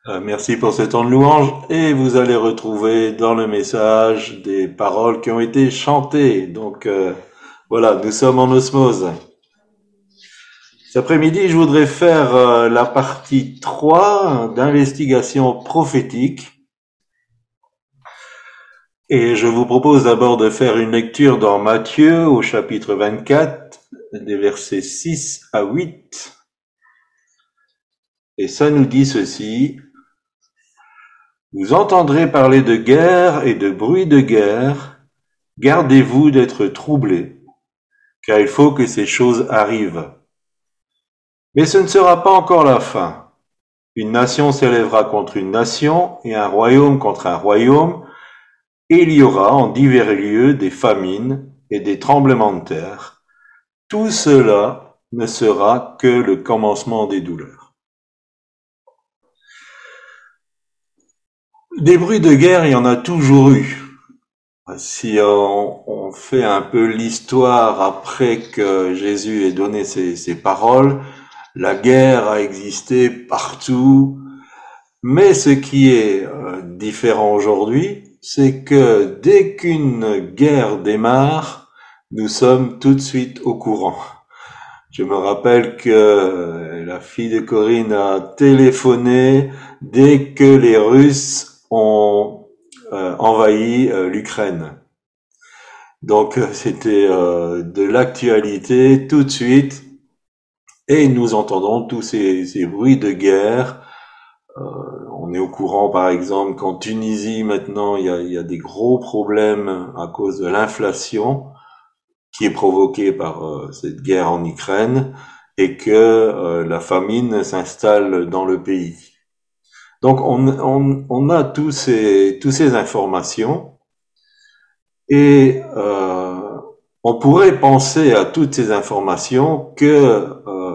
Merci pour ce temps de louange et vous allez retrouver dans le message des paroles qui ont été chantées. Voilà, nous sommes en osmose. Cet après-midi, je voudrais faire la partie 3 d'investigation prophétique et je vous propose d'abord de faire une lecture dans Matthieu au chapitre 24, des versets 6 à 8. Et ça nous dit ceci: Vous entendrez parler de guerre et de bruit de guerre. Gardez-vous d'être troublés, car il faut que ces choses arrivent. Mais ce ne sera pas encore la fin. Une nation s'élèvera contre une nation et un royaume contre un royaume, et il y aura en divers lieux des famines et des tremblements de terre. Tout cela ne sera que le commencement des douleurs. Des bruits de guerre, il y en a toujours eu. Si on fait un peu l'histoire après que Jésus ait donné ses paroles, la guerre a existé partout, mais ce qui est différent aujourd'hui, c'est que dès qu'une guerre démarre, nous sommes tout de suite au courant. Je me rappelle que la fille de Corinne a téléphoné dès que les Russes ont envahi l'Ukraine. Donc c'était de l'actualité tout de suite, et nous entendons tous ces bruits de guerre. On est au courant, par exemple, qu'en Tunisie maintenant il y a des gros problèmes à cause de l'inflation qui est provoquée par cette guerre en Ukraine, et que la famine s'installe dans le pays. Donc on a tous ces informations. Et on pourrait penser à toutes ces informations que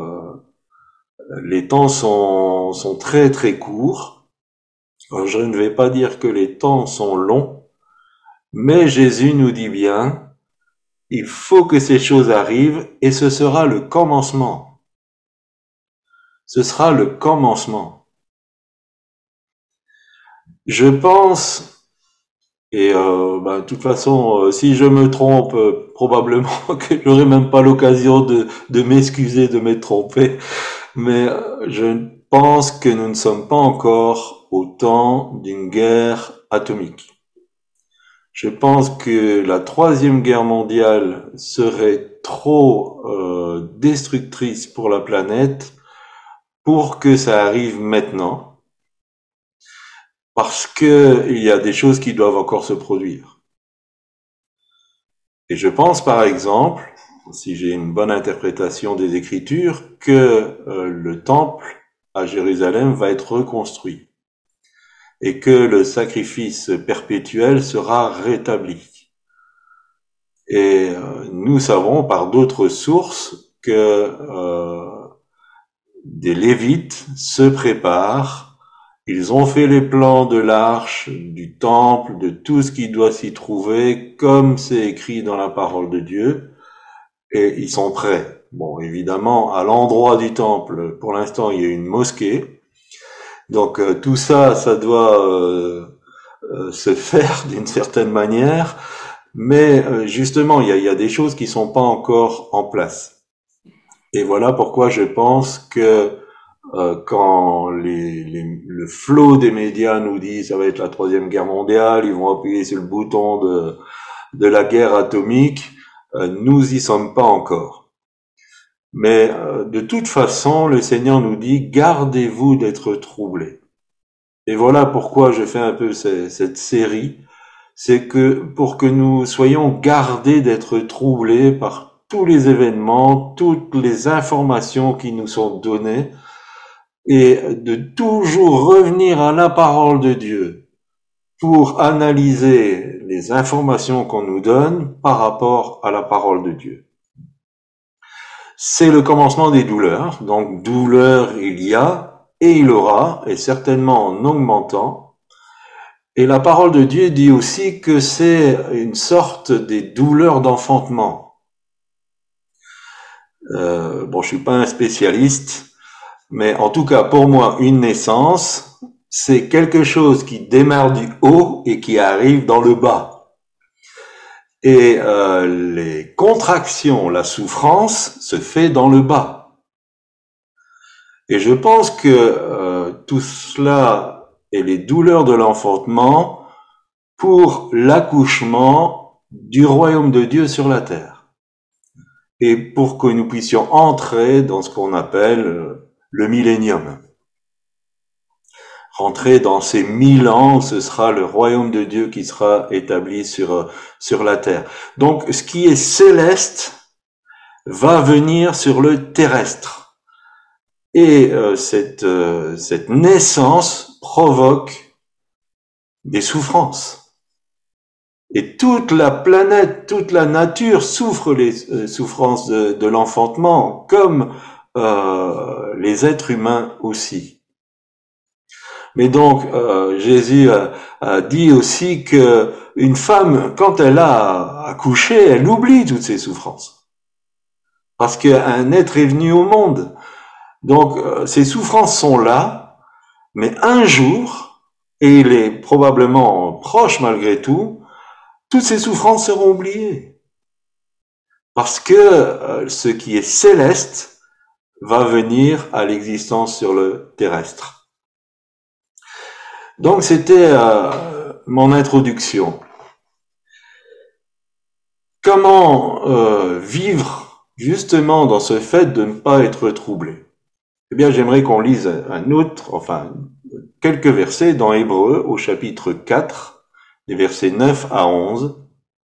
les temps sont très très courts. Alors, je ne vais pas dire que les temps sont longs, mais Jésus nous dit bien, il faut que ces choses arrivent et ce sera le commencement. Ce sera le commencement. Je pense. Et de toute façon, si je me trompe, probablement que j'aurai même pas l'occasion de m'excuser de m'être trompé. Mais je pense que nous ne sommes pas encore au temps d'une guerre atomique. Je pense que la troisième guerre mondiale serait trop destructrice pour la planète pour que ça arrive maintenant, parce que il y a des choses qui doivent encore se produire. Et je pense par exemple, si j'ai une bonne interprétation des Écritures, que le temple à Jérusalem va être reconstruit et que le sacrifice perpétuel sera rétabli. Et nous savons par d'autres sources que des Lévites se préparent. Ils ont fait les plans de l'arche, du temple, de tout ce qui doit s'y trouver, comme c'est écrit dans la parole de Dieu, et ils sont prêts. Bon, évidemment, à l'endroit du temple, pour l'instant, il y a une mosquée. Donc tout ça, ça doit se faire d'une certaine manière, mais justement, il y a des choses qui sont pas encore en place. Et voilà pourquoi je pense que quand le flot des médias nous dit ça va être la troisième guerre mondiale, ils vont appuyer sur le bouton de la guerre atomique, nous y sommes pas encore. Mais de toute façon, le Seigneur nous dit gardez-vous d'être troublés. Et voilà pourquoi je fais un peu cette série, c'est que pour que nous soyons gardés d'être troublés par tous les événements, toutes les informations qui nous sont données, et de toujours revenir à la parole de Dieu pour analyser les informations qu'on nous donne par rapport à la parole de Dieu. C'est le commencement des douleurs, donc douleur il y a et il aura, et certainement en augmentant. Et la parole de Dieu dit aussi que c'est une sorte des douleurs d'enfantement. Je suis pas un spécialiste, mais en tout cas, pour moi, une naissance, c'est quelque chose qui démarre du haut et qui arrive dans le bas. Et les contractions, la souffrance se fait dans le bas. Et je pense que tout cela et les douleurs de l'enfantement pour l'accouchement du royaume de Dieu sur la terre. Et pour que nous puissions entrer dans ce qu'on appelle le millénium. Rentrer dans ces 1000 ans où ce sera le royaume de Dieu qui sera établi sur la terre. Donc, ce qui est céleste va venir sur le terrestre. Et cette naissance provoque des souffrances. Et toute la planète, toute la nature souffre les souffrances de l'enfantement, comme les êtres humains aussi. Mais donc, Jésus a dit aussi que une femme, quand elle a accouché, elle oublie toutes ses souffrances. Parce qu'un être est venu au monde. Donc, ces souffrances sont là, mais un jour, et il est probablement proche malgré tout, toutes ces souffrances seront oubliées. Parce que ce qui est céleste va venir à l'existence sur le terrestre. Donc c'était mon introduction. Comment vivre justement dans ce fait de ne pas être troublé? Eh bien, j'aimerais qu'on lise quelques versets dans Hébreux au chapitre 4, les versets 9 à 11.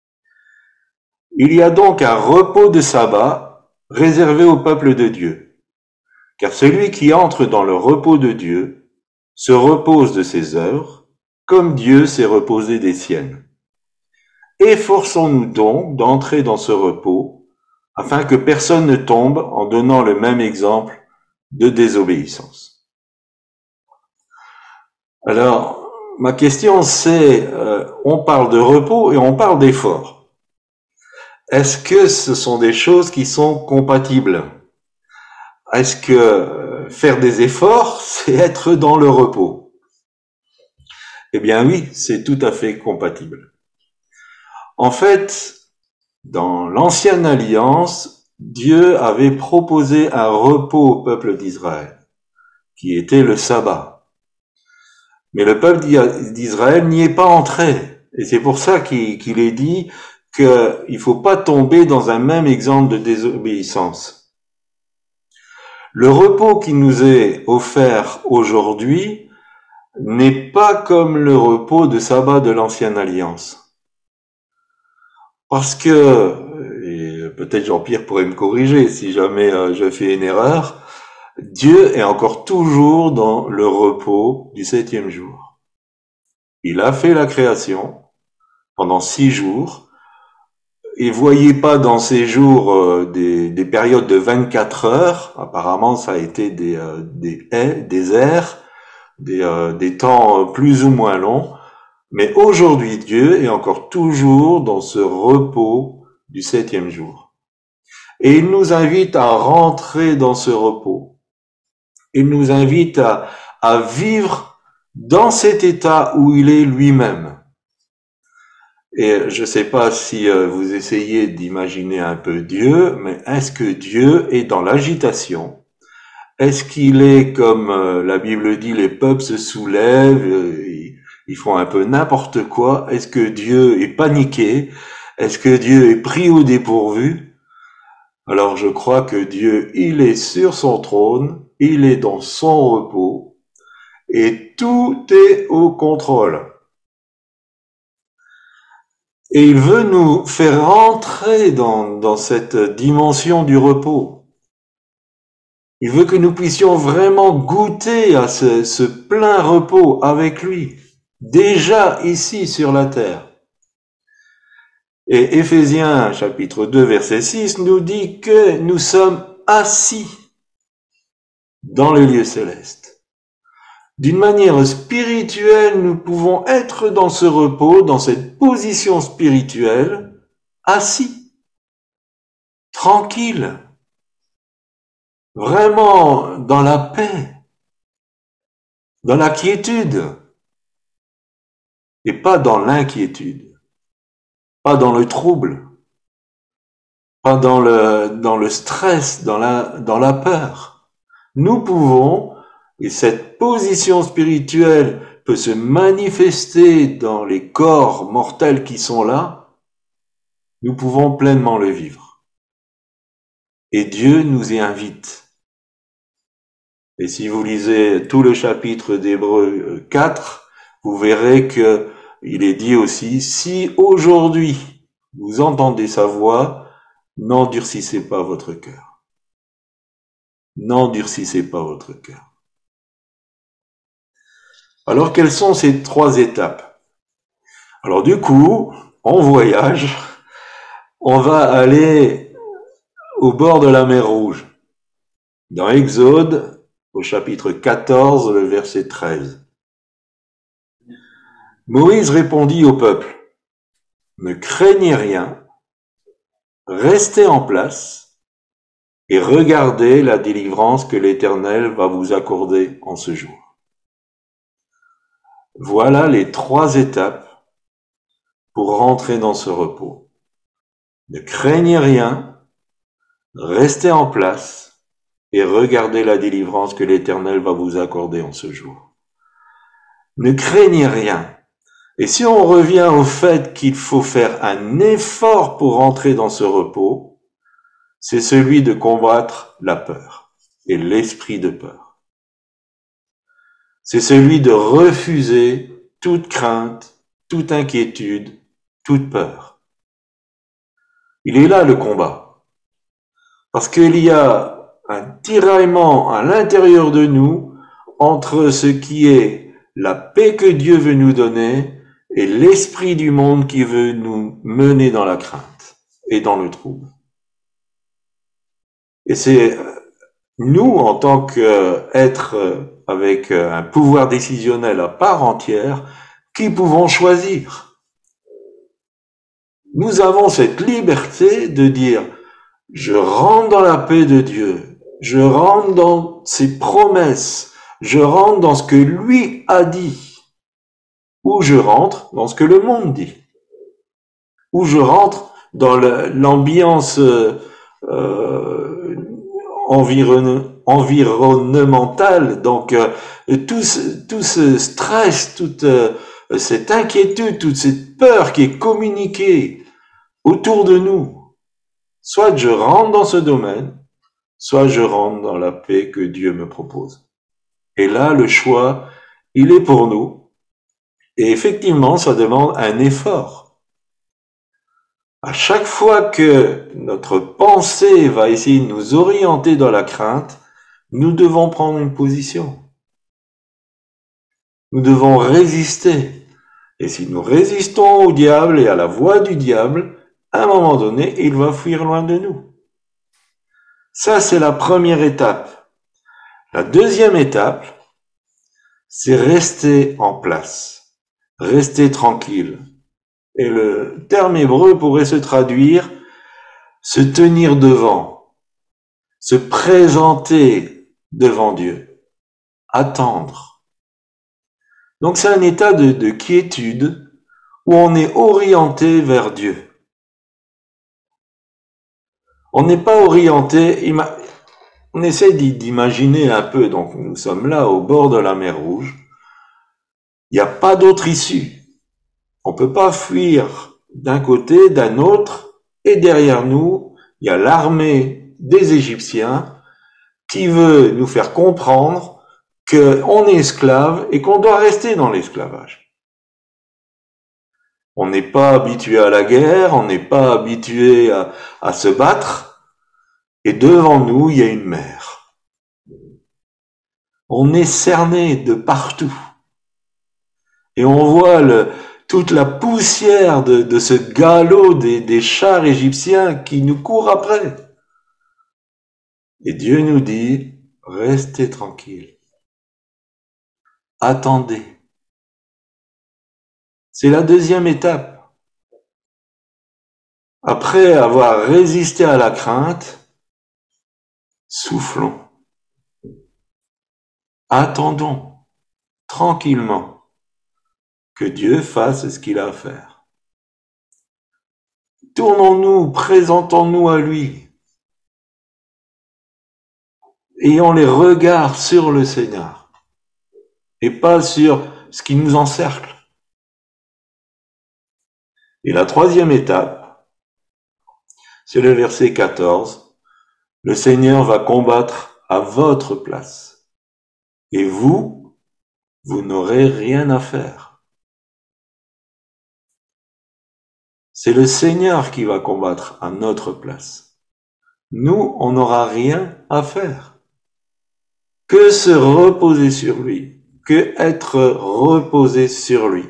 Il y a donc un repos de sabbat réservé au peuple de Dieu. Car celui qui entre dans le repos de Dieu se repose de ses œuvres, comme Dieu s'est reposé des siennes. Efforçons-nous donc d'entrer dans ce repos, afin que personne ne tombe en donnant le même exemple de désobéissance. Alors, ma question c'est, on parle de repos et on parle d'effort. Est-ce que ce sont des choses qui sont compatibles? Est-ce que faire des efforts, c'est être dans le repos? Eh bien oui, c'est tout à fait compatible. En fait, dans l'Ancienne Alliance, Dieu avait proposé un repos au peuple d'Israël, qui était le sabbat. Mais le peuple d'Israël n'y est pas entré. Et c'est pour ça qu'il est dit qu'il ne faut pas tomber dans un même exemple de désobéissance. Le repos qui nous est offert aujourd'hui n'est pas comme le repos de sabbat de l'Ancienne Alliance. Parce que, et peut-être Jean-Pierre pourrait me corriger si jamais je fais une erreur, Dieu est encore toujours dans le repos du 7e jour. Il a fait la création pendant 6 jours, et voyez pas dans ces jours des périodes de 24 heures, apparemment ça a été des airs, des temps plus ou moins longs, mais aujourd'hui Dieu est encore toujours dans ce repos du 7e jour. Et il nous invite à rentrer dans ce repos. Il nous invite à vivre dans cet état où il est lui-même. Et je ne sais pas si vous essayez d'imaginer un peu Dieu, mais est-ce que Dieu est dans l'agitation? Est-ce qu'il est, comme la Bible dit, les peuples se soulèvent, ils font un peu n'importe quoi? Est-ce que Dieu est paniqué? Est-ce que Dieu est pris au dépourvu? Alors je crois que Dieu, il est sur son trône, il est dans son repos, et tout est au contrôle. Et il veut nous faire rentrer dans cette dimension du repos. Il veut que nous puissions vraiment goûter à ce plein repos avec lui, déjà ici sur la terre. Et Éphésiens chapitre 2 verset 6 nous dit que nous sommes assis dans les lieux célestes. D'une manière spirituelle, nous pouvons être dans ce repos, dans cette position spirituelle, assis, tranquille, vraiment dans la paix. dans la quiétude, et pas dans l'inquiétude, pas dans le trouble, pas dans le stress, dans la peur. Nous pouvons, et cette position spirituelle peut se manifester dans les corps mortels qui sont là, nous pouvons pleinement le vivre. Et Dieu nous y invite. Et si vous lisez tout le chapitre d'Hébreux 4, vous verrez que il est dit aussi, si aujourd'hui vous entendez sa voix, n'endurcissez pas votre cœur. N'endurcissez pas votre cœur. Alors, quelles sont ces 3 étapes? Alors, du coup, on voyage, on va aller au bord de la mer Rouge. Dans Exode, au chapitre 14, le verset 13. Moïse répondit au peuple, ne craignez rien, restez en place et regardez la délivrance que l'Éternel va vous accorder en ce jour. Voilà les 3 étapes pour rentrer dans ce repos. Ne craignez rien, restez en place et regardez la délivrance que l'Éternel va vous accorder en ce jour. Ne craignez rien. Et si on revient au fait qu'il faut faire un effort pour rentrer dans ce repos, c'est celui de combattre la peur et l'esprit de peur. C'est celui de refuser toute crainte, toute inquiétude, toute peur. Il est là le combat. Parce qu'il y a un tiraillement à l'intérieur de nous entre ce qui est la paix que Dieu veut nous donner et l'esprit du monde qui veut nous mener dans la crainte et dans le trouble. Et c'est nous, en tant qu'êtres avec un pouvoir décisionnel à part entière, qui pouvons choisir. Nous avons cette liberté de dire, je rentre dans la paix de Dieu, je rentre dans ses promesses, je rentre dans ce que lui a dit, ou je rentre dans ce que le monde dit, ou je rentre dans l'ambiance environnementale, donc tout ce stress, toute cette inquiétude, toute cette peur qui est communiquée autour de nous. Soit je rentre dans ce domaine, soit je rentre dans la paix que Dieu me propose. Et là, le choix, il est pour nous. Et effectivement, ça demande un effort. À chaque fois que notre pensée va essayer de nous orienter dans la crainte, nous devons prendre une position. Nous devons résister. Et si nous résistons au diable et à la voix du diable, à un moment donné, il va fuir loin de nous. Ça, c'est la première étape. La deuxième étape, c'est rester en place. Rester tranquille. Et le terme hébreu pourrait se traduire se tenir devant, se présenter devant Dieu, attendre. Donc c'est un état de quiétude où on est orienté vers Dieu. On n'est pas orienté, on essaie d'imaginer un peu, donc nous sommes là au bord de la mer Rouge, il n'y a pas d'autre issue. On ne peut pas fuir d'un côté, d'un autre, et derrière nous, il y a l'armée des Égyptiens qui veut nous faire comprendre qu'on est esclave et qu'on doit rester dans l'esclavage. On n'est pas habitué à la guerre, on n'est pas habitué à se battre, et devant nous, il y a une mer. On est cerné de partout. Et on voit toute la poussière de ce galop des chars égyptiens qui nous courent après. Et Dieu nous dit, restez tranquille. Attendez. C'est la deuxième étape. Après avoir résisté à la crainte, soufflons. Attendons. tranquillement que Dieu fasse ce qu'il a à faire. Tournons-nous, présentons-nous à lui. Ayons les regards sur le Seigneur et pas sur ce qui nous encercle. Et la troisième étape, c'est le verset 14. Le Seigneur va combattre à votre place. Et vous n'aurez rien à faire. C'est le Seigneur qui va combattre à notre place. Nous, on n'aura rien à faire. Que se reposer sur lui, que être reposé sur lui.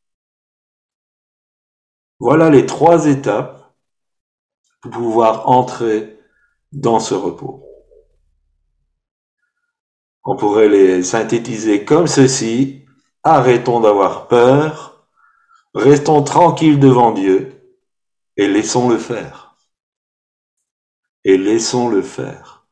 Voilà les 3 étapes pour pouvoir entrer dans ce repos. On pourrait les synthétiser comme ceci. Arrêtons d'avoir peur, restons tranquilles devant Dieu et laissons-le faire. Et laissons-le faire.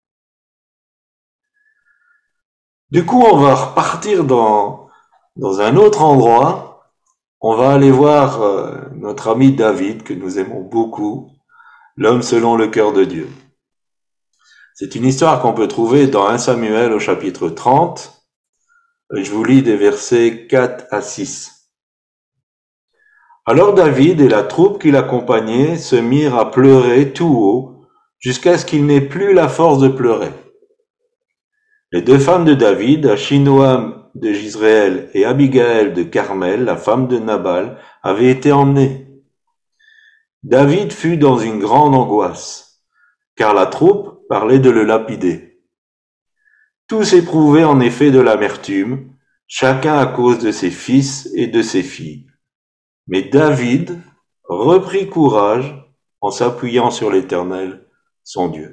Du coup, on va repartir dans un autre endroit. On va aller voir notre ami David, que nous aimons beaucoup, l'homme selon le cœur de Dieu. C'est une histoire qu'on peut trouver dans 1 Samuel au chapitre 30. Je vous lis des versets 4 à 6. Alors David et la troupe qui l'accompagnait se mirent à pleurer tout haut, jusqu'à ce qu'ils n'aient plus la force de pleurer. Les 2 femmes de David, Achinoam de Jizréel et Abigaël de Carmel, la femme de Nabal, avaient été emmenées. David fut dans une grande angoisse, car la troupe parlait de le lapider. Tous éprouvaient en effet de l'amertume, chacun à cause de ses fils et de ses filles. Mais David reprit courage en s'appuyant sur l'Éternel, son Dieu.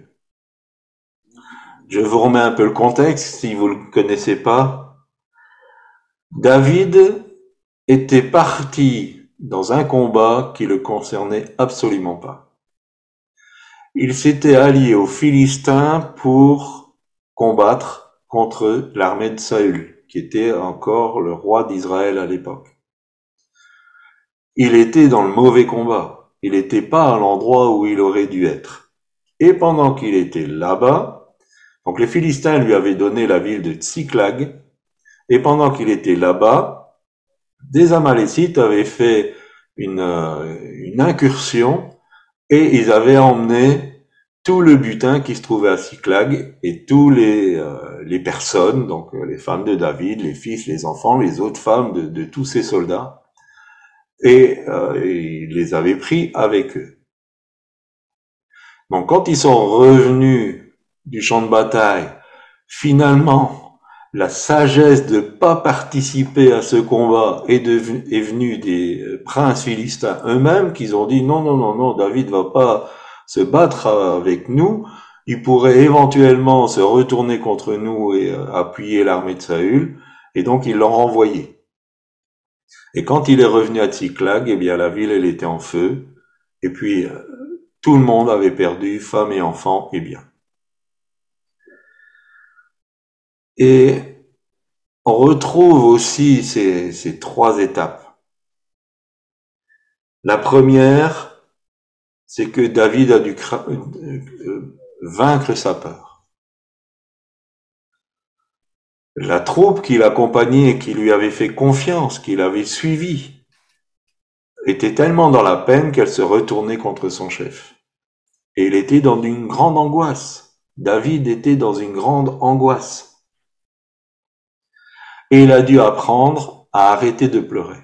Je vous remets un peu le contexte si vous ne le connaissez pas. David était parti dans un combat qui le concernait absolument pas. Il s'était allié aux Philistins pour combattre contre l'armée de Saül, qui était encore le roi d'Israël à l'époque. Il était dans le mauvais combat. Il n'était pas à l'endroit où il aurait dû être. Et pendant qu'il était là-bas, donc les Philistins lui avaient donné la ville de Tsiklag, et pendant qu'il était là-bas, des Amalécites avaient fait une incursion, et ils avaient emmené tout le butin qui se trouvait à Tsiklag, et tous les personnes, donc les femmes de David, les fils, les enfants, les autres femmes de tous ces soldats, et ils les avaient pris avec eux. Donc quand ils sont revenus du champ de bataille, finalement, la sagesse de pas participer à ce combat est venue des princes philistins eux-mêmes, qu'ils ont dit non, David va pas se battre avec nous, il pourrait éventuellement se retourner contre nous et appuyer l'armée de Saül, et donc ils l'ont renvoyé. Et quand il est revenu à Tsiklag, eh bien la ville elle était en feu, et puis tout le monde avait perdu, femmes et enfants et biens. Et on retrouve aussi ces 3 étapes. La première, c'est que David a dû vaincre sa peur. La troupe qui l'accompagnait et qui lui avait fait confiance, qui l'avait suivi, était tellement dans la peine qu'elle se retournait contre son chef. Et il était dans une grande angoisse. David était dans une grande angoisse. Et il a dû apprendre à arrêter de pleurer.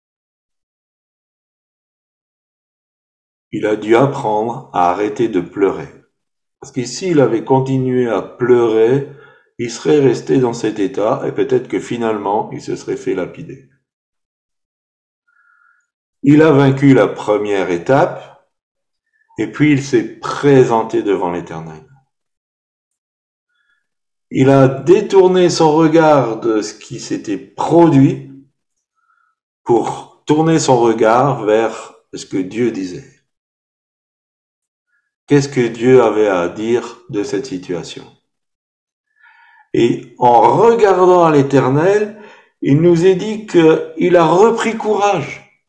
Il a dû apprendre à arrêter de pleurer. Parce que s'il avait continué à pleurer, il serait resté dans cet état et peut-être que finalement, il se serait fait lapider. Il a vaincu la première étape et puis il s'est présenté devant l'Éternel. Il a détourné son regard de ce qui s'était produit pour tourner son regard vers ce que Dieu disait. Qu'est-ce que Dieu avait à dire de cette situation? Et en regardant à l'Éternel, il nous est dit qu'il a repris courage.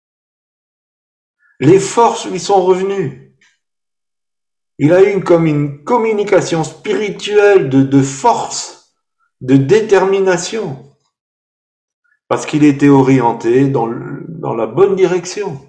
Les forces lui sont revenues. Il a eu comme une communication spirituelle de force, de détermination, parce qu'il était orienté dans la bonne direction.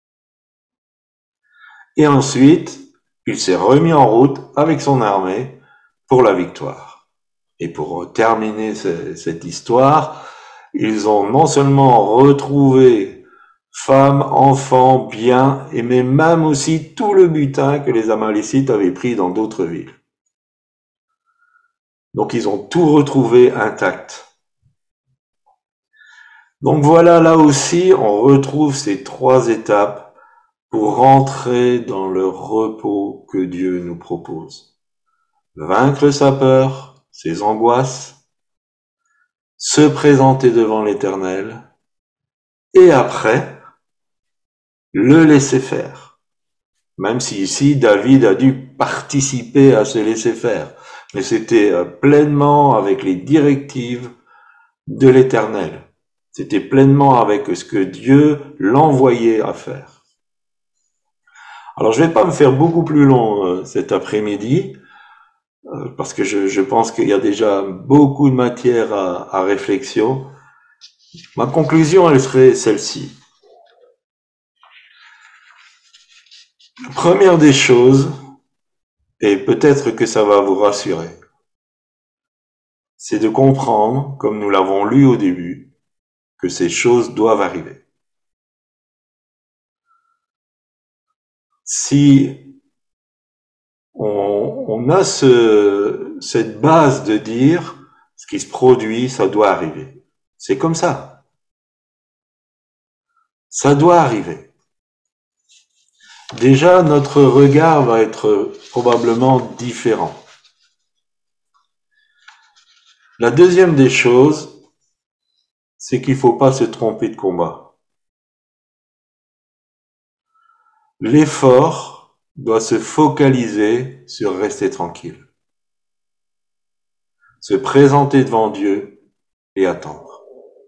Et ensuite, il s'est remis en route avec son armée pour la victoire. Et pour terminer cette histoire, ils ont non seulement retrouvé femmes, enfants, biens, mais même aussi tout le butin que les Amalécites avaient pris dans d'autres villes. Donc ils ont tout retrouvé intact. Donc voilà, là aussi, on retrouve ces 3 étapes pour rentrer dans le repos que Dieu nous propose. Vaincre sa peur, ses angoisses, se présenter devant l'Éternel, et après, le laisser faire. Même si ici, David a dû participer à ce laisser faire. Mais c'était pleinement avec les directives de l'Éternel. C'était pleinement avec ce que Dieu l'envoyait à faire. Alors je vais pas me faire beaucoup plus long cet après-midi, parce que je pense qu'il y a déjà beaucoup de matière à réflexion. Ma conclusion, elle serait celle-ci. La première des choses, et peut-être que ça va vous rassurer, c'est de comprendre, comme nous l'avons lu au début, que ces choses doivent arriver. Si on a cette base de dire ce qui se produit, ça doit arriver. C'est comme ça. Ça doit arriver. Déjà, notre regard va être probablement différent. La deuxième des choses, c'est qu'il ne faut pas se tromper de combat. L'effort doit se focaliser sur rester tranquille, se présenter devant Dieu et attendre.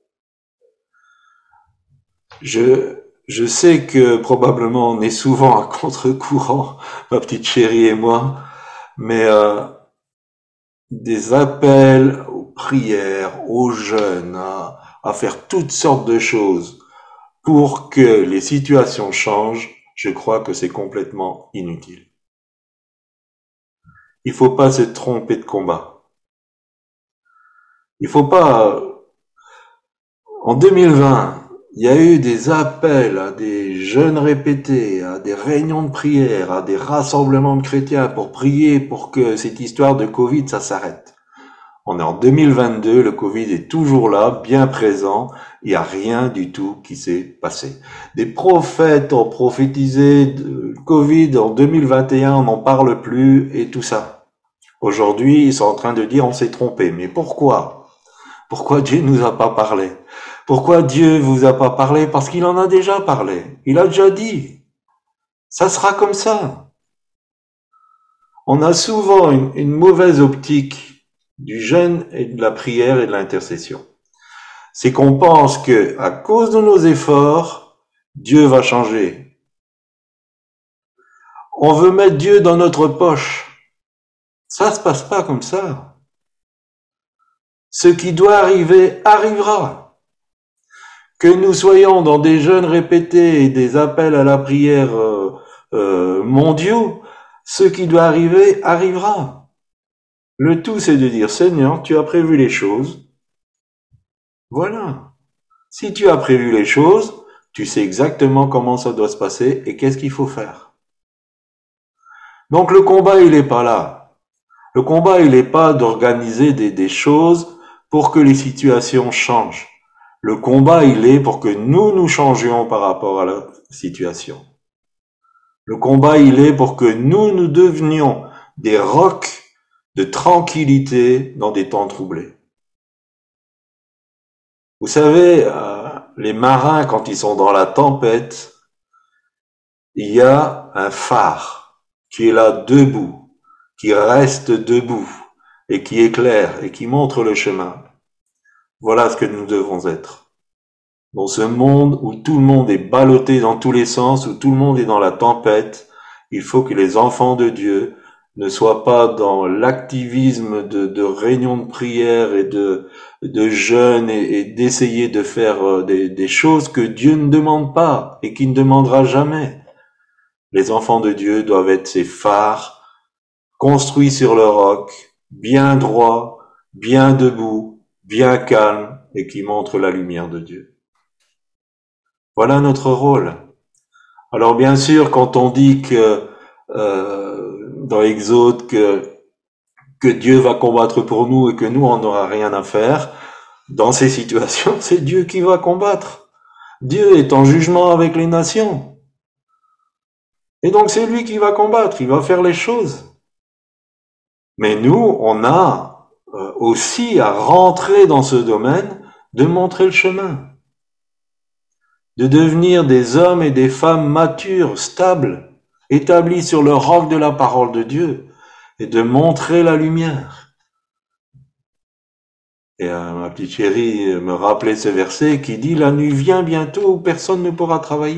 Je sais que probablement on est souvent à contre-courant, ma petite chérie et moi, mais des appels aux prières, aux jeûnes, à faire toutes sortes de choses pour que les situations changent, je crois que c'est complètement inutile. Il faut pas se tromper de combat. Il faut pas... En 2020, il y a eu des appels à des jeûnes répétés, à des réunions de prière, à des rassemblements de chrétiens pour prier pour que cette histoire de Covid, ça s'arrête. On est en 2022, le Covid est toujours là, bien présent, il n'y a rien du tout qui s'est passé. Des prophètes ont prophétisé de Covid en 2021, on n'en parle plus et tout ça. Aujourd'hui, ils sont en train de dire on s'est trompé. Mais pourquoi? Pourquoi Dieu nous a pas parlé? Pourquoi Dieu vous a pas parlé? Parce qu'il en a déjà parlé. Il a déjà dit. Ça sera comme ça. On a souvent une mauvaise optique du jeûne et de la prière et de l'intercession. C'est qu'on pense que, à cause de nos efforts, Dieu va changer. On veut mettre Dieu dans notre poche. Ça se passe pas comme ça. Ce qui doit arriver, arrivera. Que nous soyons dans des jeûnes répétés et des appels à la prière mondiaux, ce qui doit arriver, arrivera. Le tout, c'est de dire, Seigneur, tu as prévu les choses. Voilà. Si tu as prévu les choses, tu sais exactement comment ça doit se passer et qu'est-ce qu'il faut faire. Donc le combat, il n'est pas là. Le combat, il n'est pas d'organiser des choses pour que les situations changent. Le combat, il est pour que nous changions par rapport à la situation. Le combat, il est pour que nous devenions des rocs de tranquillité dans des temps troublés. Vous savez, les marins, quand ils sont dans la tempête, il y a un phare qui est là debout, qui reste debout et qui éclaire et qui montre le chemin. Voilà ce que nous devons être. Dans ce monde où tout le monde est ballotté dans tous les sens, où tout le monde est dans la tempête, il faut que les enfants de Dieu ne soient pas dans l'activisme de réunions de prière et de jeûnes et d'essayer de faire des choses que Dieu ne demande pas et qui ne demandera jamais. Les enfants de Dieu doivent être ces phares construits sur le roc, bien droits, bien debout, bien calmes et qui montrent la lumière de Dieu. Voilà notre rôle. Alors bien sûr, quand on dit que dans Exode que Dieu va combattre pour nous et que nous on n'aura rien à faire, dans ces situations, c'est Dieu qui va combattre. Dieu est en jugement avec les nations. Et donc c'est lui qui va combattre, il va faire les choses. Mais nous, on a aussi à rentrer dans ce domaine de montrer le chemin, de devenir des hommes et des femmes matures, stables, établis sur le roc de la parole de Dieu, et de montrer la lumière. Et ma petite chérie me rappelait ce verset qui dit « La nuit vient bientôt où personne ne pourra travailler ».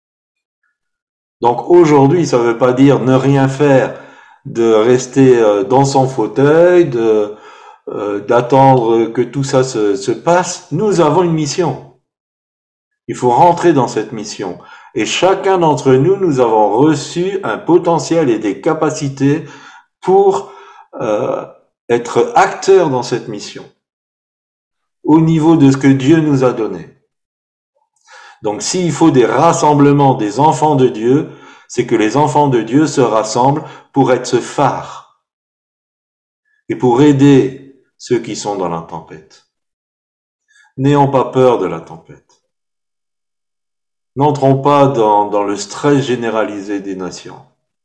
Donc aujourd'hui, ça ne veut pas dire ne rien faire, de rester dans son fauteuil, d'attendre que tout ça se passe. Nous avons une mission. Il faut rentrer dans cette mission. Et chacun d'entre nous, nous avons reçu un potentiel et des capacités pour être acteurs dans cette mission, au niveau de ce que Dieu nous a donné. Donc s'il faut des rassemblements des enfants de Dieu, c'est que les enfants de Dieu se rassemblent pour être ce phare et pour aider ceux qui sont dans la tempête. N'ayons pas peur de la tempête. N'entrons pas dans le stress généralisé des nations.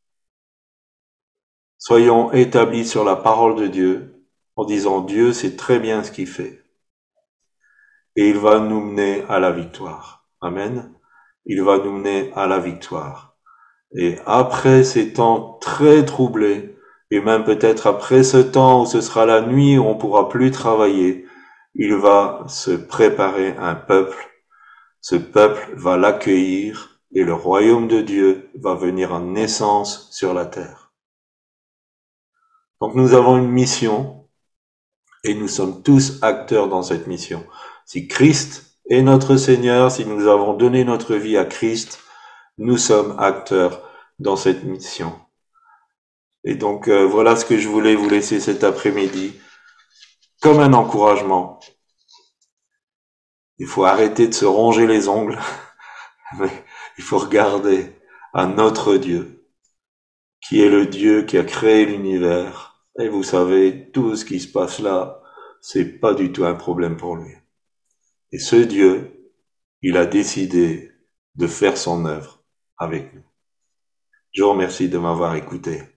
Soyons établis sur la parole de Dieu en disant Dieu sait très bien ce qu'il fait. Et il va nous mener à la victoire. Amen. Il va nous mener à la victoire. Et après ces temps très troublés, et même peut-être après ce temps où ce sera la nuit, où on pourra plus travailler, il va se préparer un peuple. Ce peuple va l'accueillir et le royaume de Dieu va venir en naissance sur la terre. Donc nous avons une mission et nous sommes tous acteurs dans cette mission. Si Christ est notre Seigneur, si nous avons donné notre vie à Christ, nous sommes acteurs dans cette mission. Et donc voilà ce que je voulais vous laisser cet après-midi comme un encouragement. Il faut arrêter de se ronger les ongles, mais il faut regarder à notre Dieu, qui est le Dieu qui a créé l'univers. Et vous savez, tout ce qui se passe là, c'est pas du tout un problème pour lui. Et ce Dieu, il a décidé de faire son œuvre avec nous. Je vous remercie de m'avoir écouté.